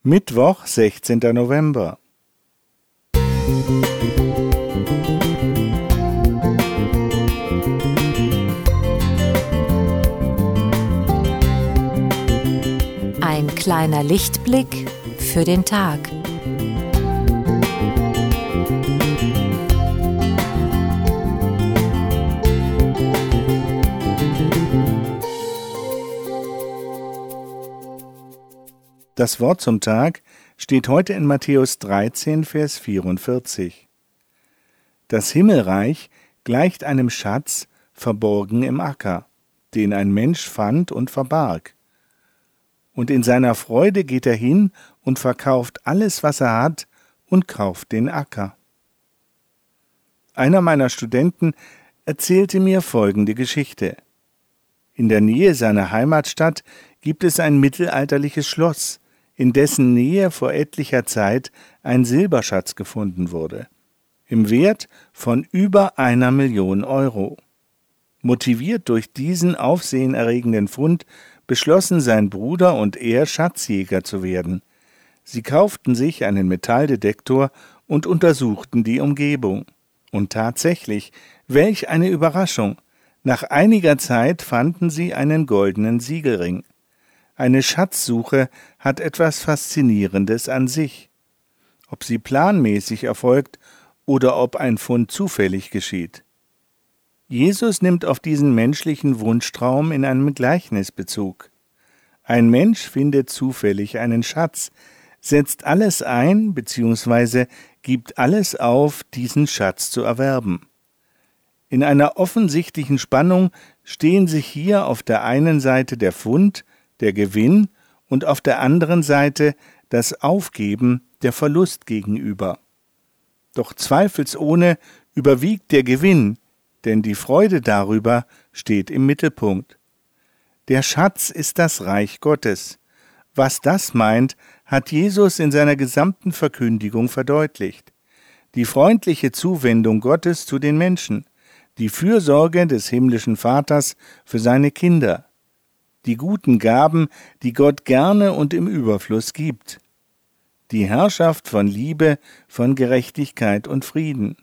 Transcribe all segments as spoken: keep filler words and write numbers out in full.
Mittwoch, sechzehnter November. Ein kleiner Lichtblick für den Tag. Das Wort zum Tag steht heute in Matthäus dreizehn, Vers vierundvierzig. Das Himmelreich gleicht einem Schatz, verborgen im Acker, den ein Mensch fand und verbarg. Und in seiner Freude geht er hin und verkauft alles, was er hat, und kauft den Acker. Einer meiner Studenten erzählte mir folgende Geschichte. In der Nähe seiner Heimatstadt gibt es ein mittelalterliches Schloss, in dessen Nähe vor etlicher Zeit ein Silberschatz gefunden wurde, im Wert von über einer Million Euro. Motiviert durch diesen aufsehenerregenden Fund beschlossen sein Bruder und er, Schatzjäger zu werden. Sie kauften sich einen Metalldetektor und untersuchten die Umgebung. Und tatsächlich, welch eine Überraschung! Nach einiger Zeit fanden sie einen goldenen Siegelring. Eine Schatzsuche hat etwas Faszinierendes an sich. Ob sie planmäßig erfolgt oder ob ein Fund zufällig geschieht. Jesus nimmt auf diesen menschlichen Wunschtraum in einem Gleichnis Bezug. Ein Mensch findet zufällig einen Schatz, setzt alles ein bzw. gibt alles auf, diesen Schatz zu erwerben. In einer offensichtlichen Spannung stehen sich hier auf der einen Seite der Fund, der Gewinn und auf der anderen Seite das Aufgeben, der Verlust gegenüber. Doch zweifelsohne überwiegt der Gewinn, denn die Freude darüber steht im Mittelpunkt. Der Schatz ist das Reich Gottes. Was das meint, hat Jesus in seiner gesamten Verkündigung verdeutlicht. Die freundliche Zuwendung Gottes zu den Menschen, die Fürsorge des himmlischen Vaters für seine Kinder, die guten Gaben, die Gott gerne und im Überfluss gibt, die Herrschaft von Liebe, von Gerechtigkeit und Frieden.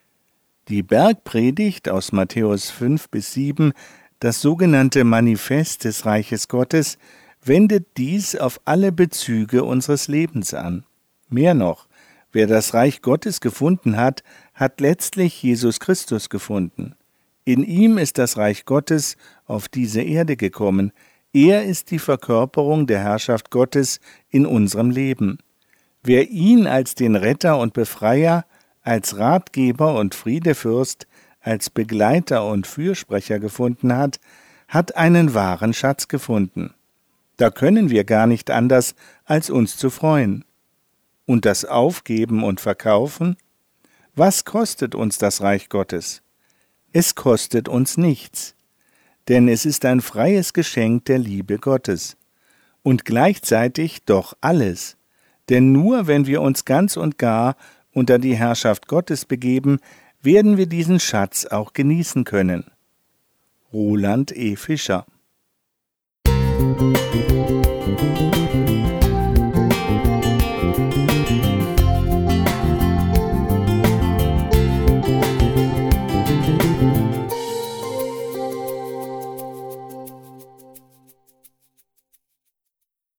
Die Bergpredigt aus Matthäus fünf bis sieben, das sogenannte Manifest des Reiches Gottes, wendet dies auf alle Bezüge unseres Lebens an. Mehr noch, wer das Reich Gottes gefunden hat, hat letztlich Jesus Christus gefunden. In ihm ist das Reich Gottes auf diese Erde gekommen. Er ist die Verkörperung der Herrschaft Gottes in unserem Leben. Wer ihn als den Retter und Befreier, als Ratgeber und Friedefürst, als Begleiter und Fürsprecher gefunden hat, hat einen wahren Schatz gefunden. Da können wir gar nicht anders, als uns zu freuen. Und das Aufgeben und Verkaufen? Was kostet uns das Reich Gottes? Es kostet uns nichts, denn es ist ein freies Geschenk der Liebe Gottes. Und gleichzeitig doch alles, denn nur wenn wir uns ganz und gar unter die Herrschaft Gottes begeben, werden wir diesen Schatz auch genießen können. Roland E. Fischer.